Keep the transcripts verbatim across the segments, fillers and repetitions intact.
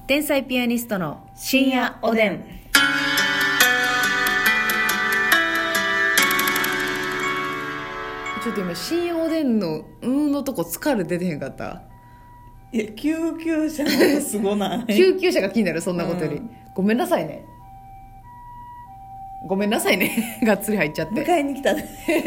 天才ピアニストの深夜おでん。ちょっと今深夜おでんのうんのとこ疲れ出てへんかった？ いや救急車のことすごない救急車が気になる、そんなことより、うん、ごめんなさいねごめんなさいねがっつり入っちゃって迎えに来たいや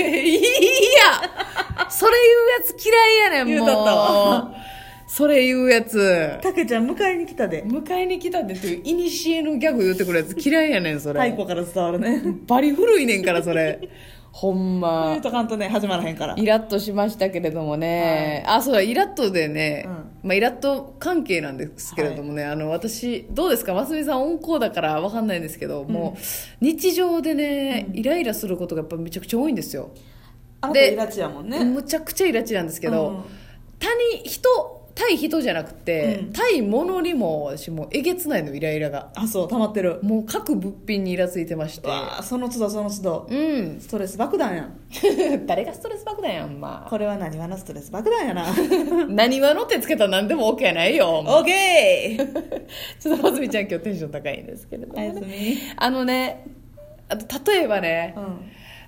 それ言うやつ嫌いやねん。もう言うだったわそれ言うやつ、 たけちゃん迎えに来たで、 迎えに来たでっていうイニシエのギャグ言ってくるやつ嫌いやねん。それ太鼓から伝わるねバリ古いねんからそれほんま言うとかんとね始まらへんから。 イラッとしましたけれどもね、はい、あそうだイラッとでね、うんまあ、イラッと関係なんですけれどもね、はい、あの私どうですか、ますみさん温厚だから分かんないんですけど、うん、もう日常でね、うん、イライラすることがやっぱめちゃくちゃ多いんですよ。 あなたイラチやもんね。 むちゃくちゃイラチなんですけど、うん、他人人対人じゃなくて、うん、対物にも私もうえげつないの、イライラが。 あそう溜まってる。 もう各物品にイラついてまして、 わその都度その都度、うん、ストレス爆弾やん誰がストレス爆弾やん、まあ、 これは何話のストレス爆弾やな何話のってつけたら何でも OK やないよ。 OK ちょっとまずみちゃん今日テンション高いんですけれども、ね、 おやすみ。 あのね、あと例えばね、うん、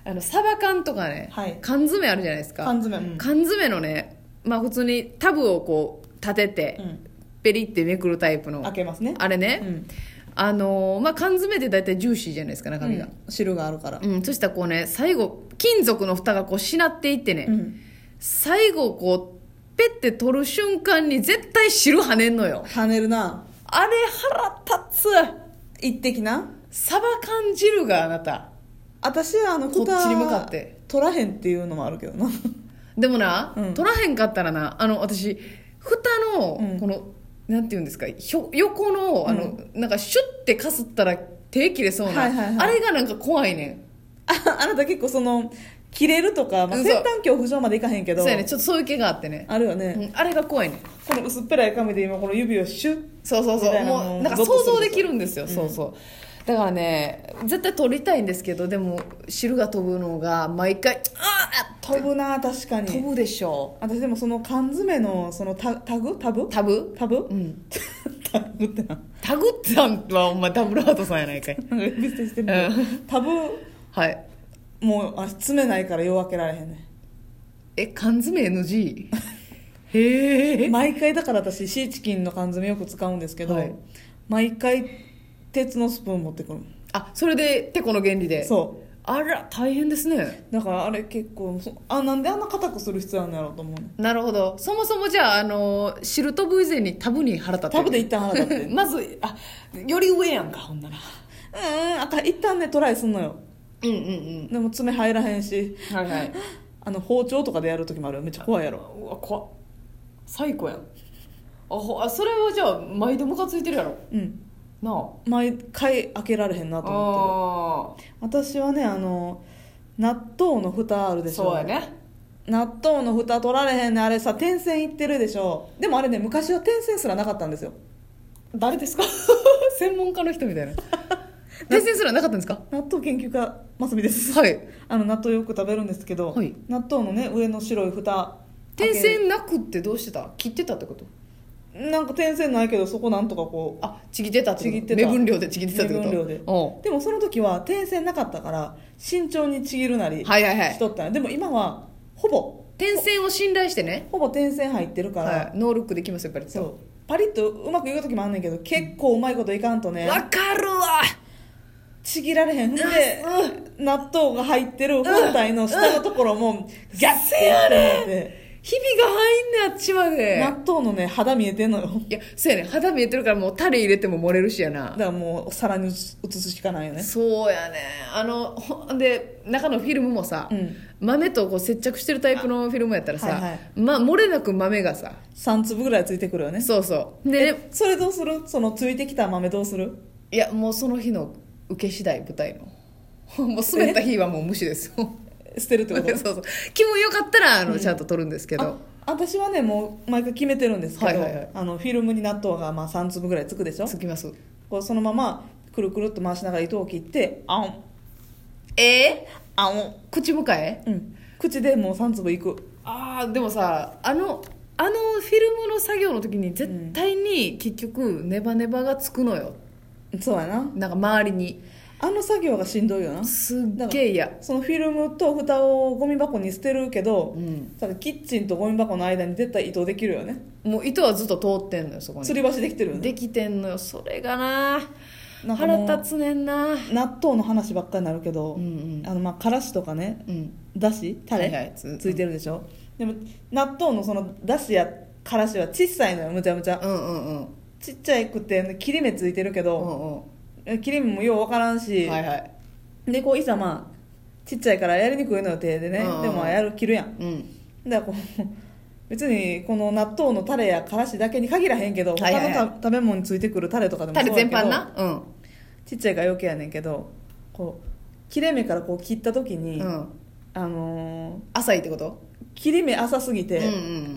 あのサバ缶とかね、はい、缶詰あるじゃないですか。 缶詰、うん、 缶詰のね、まあ普通にタブをこう立てて、うん、ペリってめくるタイプの開けますね、 あれね、うん、あのー、まあ缶詰って大体ジューシーじゃないですか、中身が、うん、 汁があるから、 うん、そしたらこうね、最後金属の蓋がこうしなっていってね、うん、最後こうペッて取る瞬間に絶対汁跳ねんのよ。 跳ねるなあれ。腹立つ。 一滴なサバ缶汁があなた、 私はあのこっちに向かって取らへんっていうのもあるけどなでもな、うん、取らへんかったらな、あの私蓋のこの、うん、なんていうんですか、横のあの、うん、なんかシュッてかすったら手切れそうな、はいはいはい、あれがなんか怖いねん。 あ, あなた結構その切れるとか、まあ、先端恐怖症までいかへんけど、 そうやね、ちょっとそういう気があってね、 あるよね、 うん、あれが怖いねん。 この薄っぺらい紙で今この指をシュッ、 そうそうそう、もうなんか想像できるんですよ、うん、そうそう。だからね、絶対取りたいんですけど、でも汁が飛ぶのが毎回、あ飛ぶな、確かに飛ぶでしょ。 私でもその缶詰のそのタタグタブタブタブ、 うん、 タグってな、 タグってなんはお前ダブルハートさんやないかいなんか呼び捨てしてるけど、うん、タブはいもうあ詰めないからよう開けられへんね。 え、缶詰 エヌジー へえ。 毎回だから私シーチキンの缶詰よく使うんですけど、はい、毎回鉄のスプーン持ってくる。 あ、それでてこの原理で。そう、あら大変ですね。 だからあれ結構あなんであんな硬くする必要あるんだろうと思う。 なるほど。そもそもじゃあ、あの汁飛ぶ以前にタブに腹立ってる。 タブで一旦腹立ってまずあより上やんか、ほんなら。 うん、あか一旦ねトライすんのよ。 うんうんうん。 でも爪入らへんし、 はいはいあの包丁とかでやる時もあるよ。めっちゃ怖いやろ。 うわ怖っ、最高やん。あ、それはじゃあ毎度ムカついてるやろ。うんなあ、 毎回開けられへんなと思ってる。私はね、あの納豆の蓋あるでしょ。 そうやね、 納豆の蓋取られへんね。あれさ点線いってるでしょ。でもあれね、昔は点線すらなかったんですよ。 誰ですか専門家の人みたいな点線すらなかったんですか。 納豆研究家ますみです。 はい、 あの納豆よく食べるんですけど、はい、納豆のね上の白い蓋、 点線なくってどうしてた？切ってたってこと？ なんか点線ないけどそこなんとかこうあちぎってたってこと？目分量でちぎってたってこと？ 目分量で。でもその時は点線なかったから慎重にちぎるなりしとったんや、はいはいはい、でも今はほぼ点線を信頼してね、 ほぼ点線入ってるから、はい、 ノールックできますよ。やっぱりそうパリッとうまくいく時もあんねんけど、結構うまいこといかんとね、 わかるわ、 ちぎられへんで、うん、納豆が入ってる本体の下のところもギャッてやってひびが入んね、あっちまで。 納豆のね肌見えてんのよ。 いやそうやね、肌見えてるからもうタレ入れても漏れるしやな。 だからもう皿に移すしかないよね。 そうやね。あのほんで中のフィルムもさ、うん、豆とこう接着してるタイプのフィルムやったらさ、はいはい、ま、漏れなく豆がささん粒ぐらいついてくるよね。 そうそうで、 ね、それどうする？そのついてきた豆どうする？ いやもうその日の受け次第、舞台のもう滑った日はもう無視ですよ捨てるってこと？ そうそう、気分良かったらあの、うん、ちゃんと取るんですけど、 私はねもう毎回決めてるんですけど、はいはいはい、あのフィルムに納豆がまあさん粒ぐらいつくでしょ。 つきます。 こうそのままくるくるっと回しながら糸を切ってあんえー、 あん口向かえ、 うん、口でもうさん粒いく。 あーでもさ、あのあのフィルムの作業の時に絶対に結局ネバネバがつくのよ、 そうやな。 なんか周りに。 あの作業がしんどいよな。 すっげえ嫌。 そのフィルムと蓋をゴミ箱に捨てるけど、 うん、 ただキッチンとゴミ箱の間に絶対移動できるよね。 もう糸はずっと通ってんのよ、そこに。 吊り橋できてるよね。 できてんのよ、それがななんかもう腹立つねんな。 納豆の話ばっかりになるけど、 うんうん、 あのまあからしとかね、 うん、 だしタレ、 はいはい、つ, ついてるでしょ。でも納豆のそのだしやからしは小さいのよ、むちゃむちゃ、 うんうんうん、 ちっちゃくて切り目ついてるけど、 うんうん、 切り目もようわからんし、 はいはい、 でこういざまあちっちゃいからやりにくいの予定でね、 うんうん、 でもやる切るやん、 うん、 だからこう別にこの納豆のタレやからしだけに限らへんけど、 はいはいはい、 他の食べ物についてくるタレとかでもそうやけど、 タレ全般な、うん、 ちっちゃいから余計やねんけど、こう切れ目からこう切った時に、うん、あのー、 浅いってこと？ 切り目浅すぎて、 うんうん、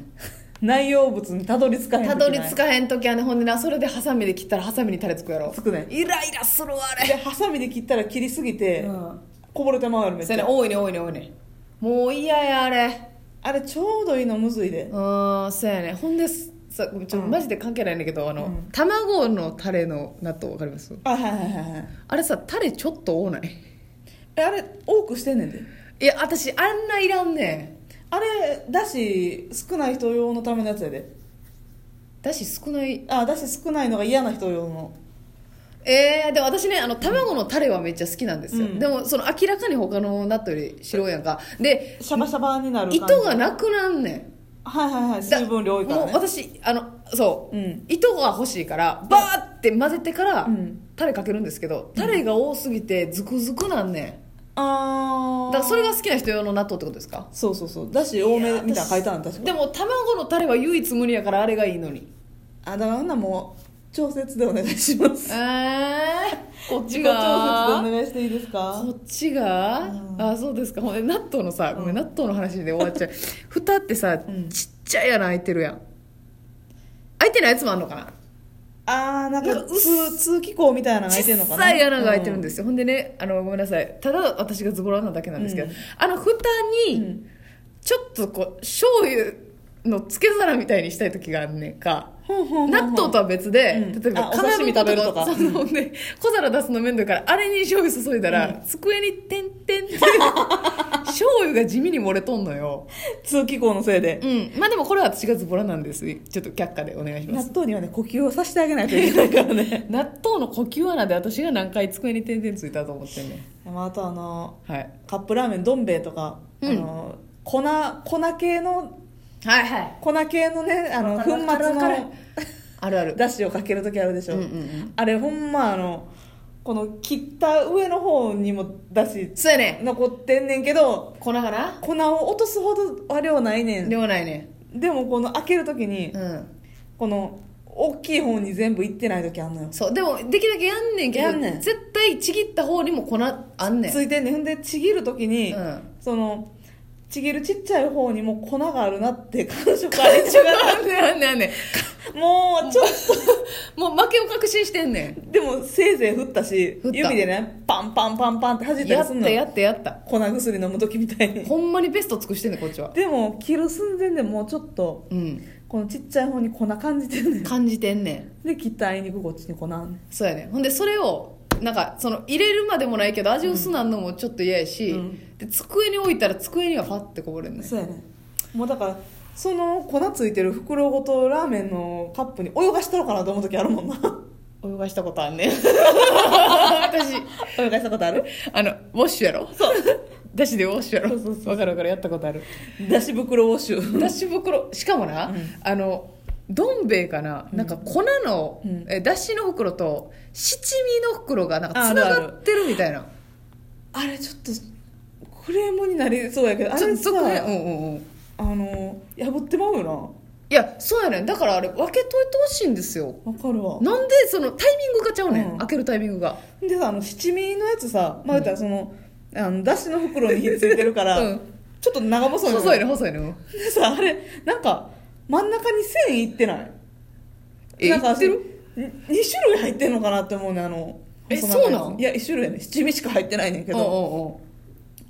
内容物にたどり着かへん時たどり着かへん時はね、ほんでな、それでハサミで切ったらハサミにタレつくやろ。 つくね。 イライラするわあれ。 でハサミで切ったら切りすぎて、うん、こぼれてまうやろめっちゃ。 そうやね、多いね多いね多いね。もう嫌やあれ。 あれちょうどいいのむずいで。 うん、そうやね。ほんでさ、ちょっとマジで関係ないんだけど、あの、 うん、 卵のタレの納豆わかります？ あ、はいはいはいはい。 あれさ、タレちょっと多ない？ え、あれ多くしてんねんで。 いや、私あんないらんねん。 あれだし少ない人用のためのやつやで。 だし少ない？ あ、だし少ないのが嫌な人用の。 えー、でも私ね、あの卵のタレはめっちゃ好きなんですよ、うん、でもその明らかに他の納豆より白いやんかで、 シャバシャバになる感じ、 糸がなくなんねん。 はいはいはい、水分量多いからね。 もう私あのそう、うん、糸が欲しいからバーって混ぜてから、うん、タレかけるんですけど、タレが多すぎてズクズクなんねん。あだからそれが好きな人用の納豆ってことですか？ そうそうそう、だし多めみたいなの書いてあるの確か。 でも卵のタレは唯一無二やからあれがいいのに。 あ、だからあんなもう調節でお願いします。 えー、こっちが調節でお願いしていいですか？ こっちが、うん、あ、そうですか。ほんで納豆のさ、ごめん、納豆の話で終わっちゃう蓋ってさ、うん、ちっちゃい穴開いてるやん。開いてないやつもあんのかな。 あー、なんか通通気口みたいなのが開いてるのかな。 小さい穴が開いてるんですよ、うん、ほんでね、あのごめんなさい、ただ私がズボラなだけなんですけど、うん、あの蓋にちょっとこう醤油のつけ皿みたいにしたい時があんねんか。納豆とは別で、うん、例えばお刺身食べるとか、 そうそう、ね、小皿出すの面倒いからあれに醤油注いだら、うん、机にてんてんって醤油が地味に漏れとんのよ、 通気口のせいで。 うん、まあでもこれは私がズボラなんです。ちょっと却下でお願いします。 納豆にはね呼吸をさせてあげないといけないからね納豆の呼吸穴で私が何回机にてんてんついたと思ってんね。 でもあとあの、 はい、 カップラーメンどん兵衛とか、うん、あの粉粉系のはいはい、 粉系のね、あの粉末のあるあるだしをかけるときあるでしょ、 うんうんうん、 あれほんまあのこの切った上の方にもだしそうやね残ってんねんけど、 粉がな粉を落とすほどは量ないねん。 量ないね。 でもこの開けるときに、うん、この大きい方に全部いってないときあんのよ。 そうでもできるだけやんねんけど、ねん絶対ちぎった方にも粉あんねん。 ついてんねん。ほんでちぎるときに、うん、そのちぎるちっちゃい方にも粉があるなって感触あれちょっとあんねんあんねんあんねんもうちょっともう負けを確信してんねん。でもせいぜい振ったしった指でねパンパンパンパンって弾いたりすんの。 やったやったやった粉薬飲む時みたいにほんまにベスト尽くしてんねんこっちは。 でも切る寸前でもうちょっと、うん、このちっちゃい方に粉感じてんねん。 感じてんねんで切ったあいにくこっちに粉あんねん。 そうやねん。ほんでそれをなんかその入れるまでもないけど味薄なんのもちょっと嫌やし、うん、で机に置いたら机にはファッてこぼれんねん。 そうやねん。もうだからその粉ついてる袋ごとラーメンのカップに泳がしたのかなと思う時あるもんな。 泳がしたことあんねん私泳がしたことある？ あのウォッシュやろ。そうだしでウォッシュやろ。そうそうそう、分かる分かる、やったことある。 だし袋ウォッシュ。 だし袋しかもな、うん、あのどん兵衛かな、うん、なんか粉の、うん、えだしの袋と七味の袋がなんかつながってるみたいな。 あ, あ, れちょっとクレームになりそうやけど、あれさ、うんうんうん、あの破ってまうよな。 いやそうやねん。だからあれ分けといてほしいんですよ。 わかるわ。 なんでそのタイミングがちゃうねん、うん、開けるタイミングが。 でさ、あの七味のやつさ、まあ、言ったらその、うん、あのだしの袋に火ついてるから、うん、ちょっと長細いの。 細いね細いね。 でさ、あれなんか真ん中に線いってない？ え、 なんかいってる？ に種類入ってんのかなって思うね。あのえ、そうなん？ いやいち種類やね。七味しか入ってないねんけど、 おうおうおう、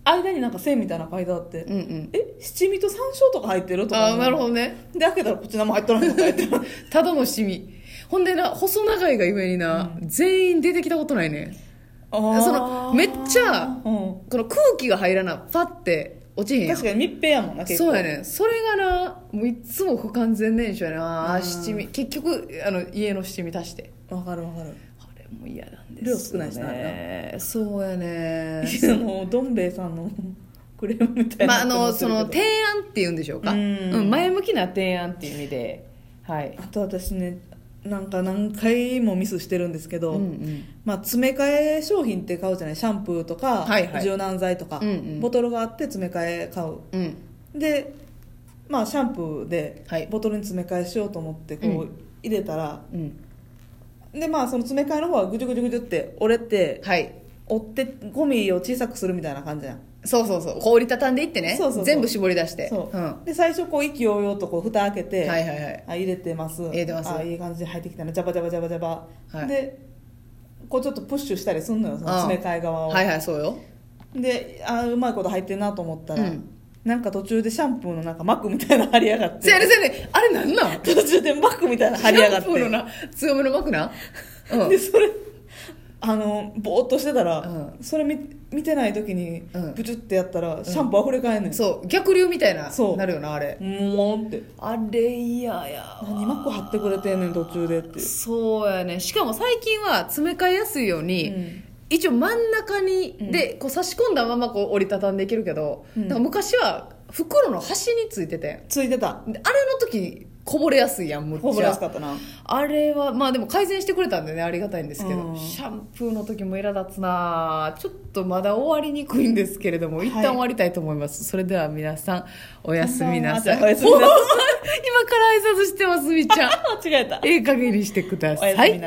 間になんか線みたいなの書いてあって、 うんうん、 え七味と山椒とか入ってるとか、 あなるほどね。 で開けたらこっち何も入っとらんとか言ってただの七味。ほんでな細長いがゆえにな、うん、全員出てきたことないね。そのめっちゃ、うん、この空気が入らなパッて落ちへんやん。 確かに密閉やもんな結構。 そうやね。それがなもういつも不完全燃焼やな、うん、七味結局あの家の七味足してわかるわかる。 あれも嫌なんです、ね、 量少ないしなね。 そうやね。 もうどん兵衛さんのクレームみたいな、 まあ、あのその提案っていうんでしょうか、うん、うん、前向きな提案っていう意味で、はい、 あと私ねなんか何回もミスしてるんですけど、うんうん、まあ、詰め替え商品って買うじゃない。シャンプーとか、はいはい、柔軟剤とか、うんうん、ボトルがあって詰め替え買う、うん、で、まあ、シャンプーでボトルに詰め替えしようと思ってこう入れたら、うん、でまあその詰め替えの方はぐじゅぐじゅぐじゅって折れて、はい、折ってゴミを小さくするみたいな感じやん。 そうそうそう、こう折りたたんでいってね。そうそうそう、全部絞り出して。そう、 うん、で最初こう意気揚々とこう蓋開けて、 はいはいはい、 あ入れてます入れてます、 あいい感じで入ってきたな、ジャバジャバジャバジャバ、はい、でこうちょっとプッシュしたりすんのよ、その詰め替え側を。 はいはい、そうよ。 であうまいこと入ってんなと思ったら、うん、なんか途中でシャンプーのなんか膜みたいな貼りやがって。 せやねせやね、あれなんなん？ 途中で膜みたいな貼りやがって。 シャンプーのな強めの膜な。 うん、でそれあのぼーっとしてたら、うん、それ 見, 見てない時にブチュってやったら、うん、シャンプー溢れかえんねん、 そう逆流みたいななるよなあれ。 もうってあれ嫌や何マック貼ってくれてんねん途中でって。 そうやね。しかも最近は詰め替えやすいように、うん、一応真ん中に、うん、でこう差し込んだままこう折りたたんでいけるけど、うん、なんか昔は袋の端についててついてた。 あれの時こぼれやすいやん。むっちゃこぼれやすかったなあれは。まあでも改善してくれたんでねありがたいんですけど、うん、シャンプーの時も苛立つな。ちょっとまだ終わりにくいんですけれども、はい、一旦終わりたいと思います。それでは皆さんおやすみなさい。おやすみなさい。今から挨拶してますみちゃん。 間違えた。 ええ加減にしてください。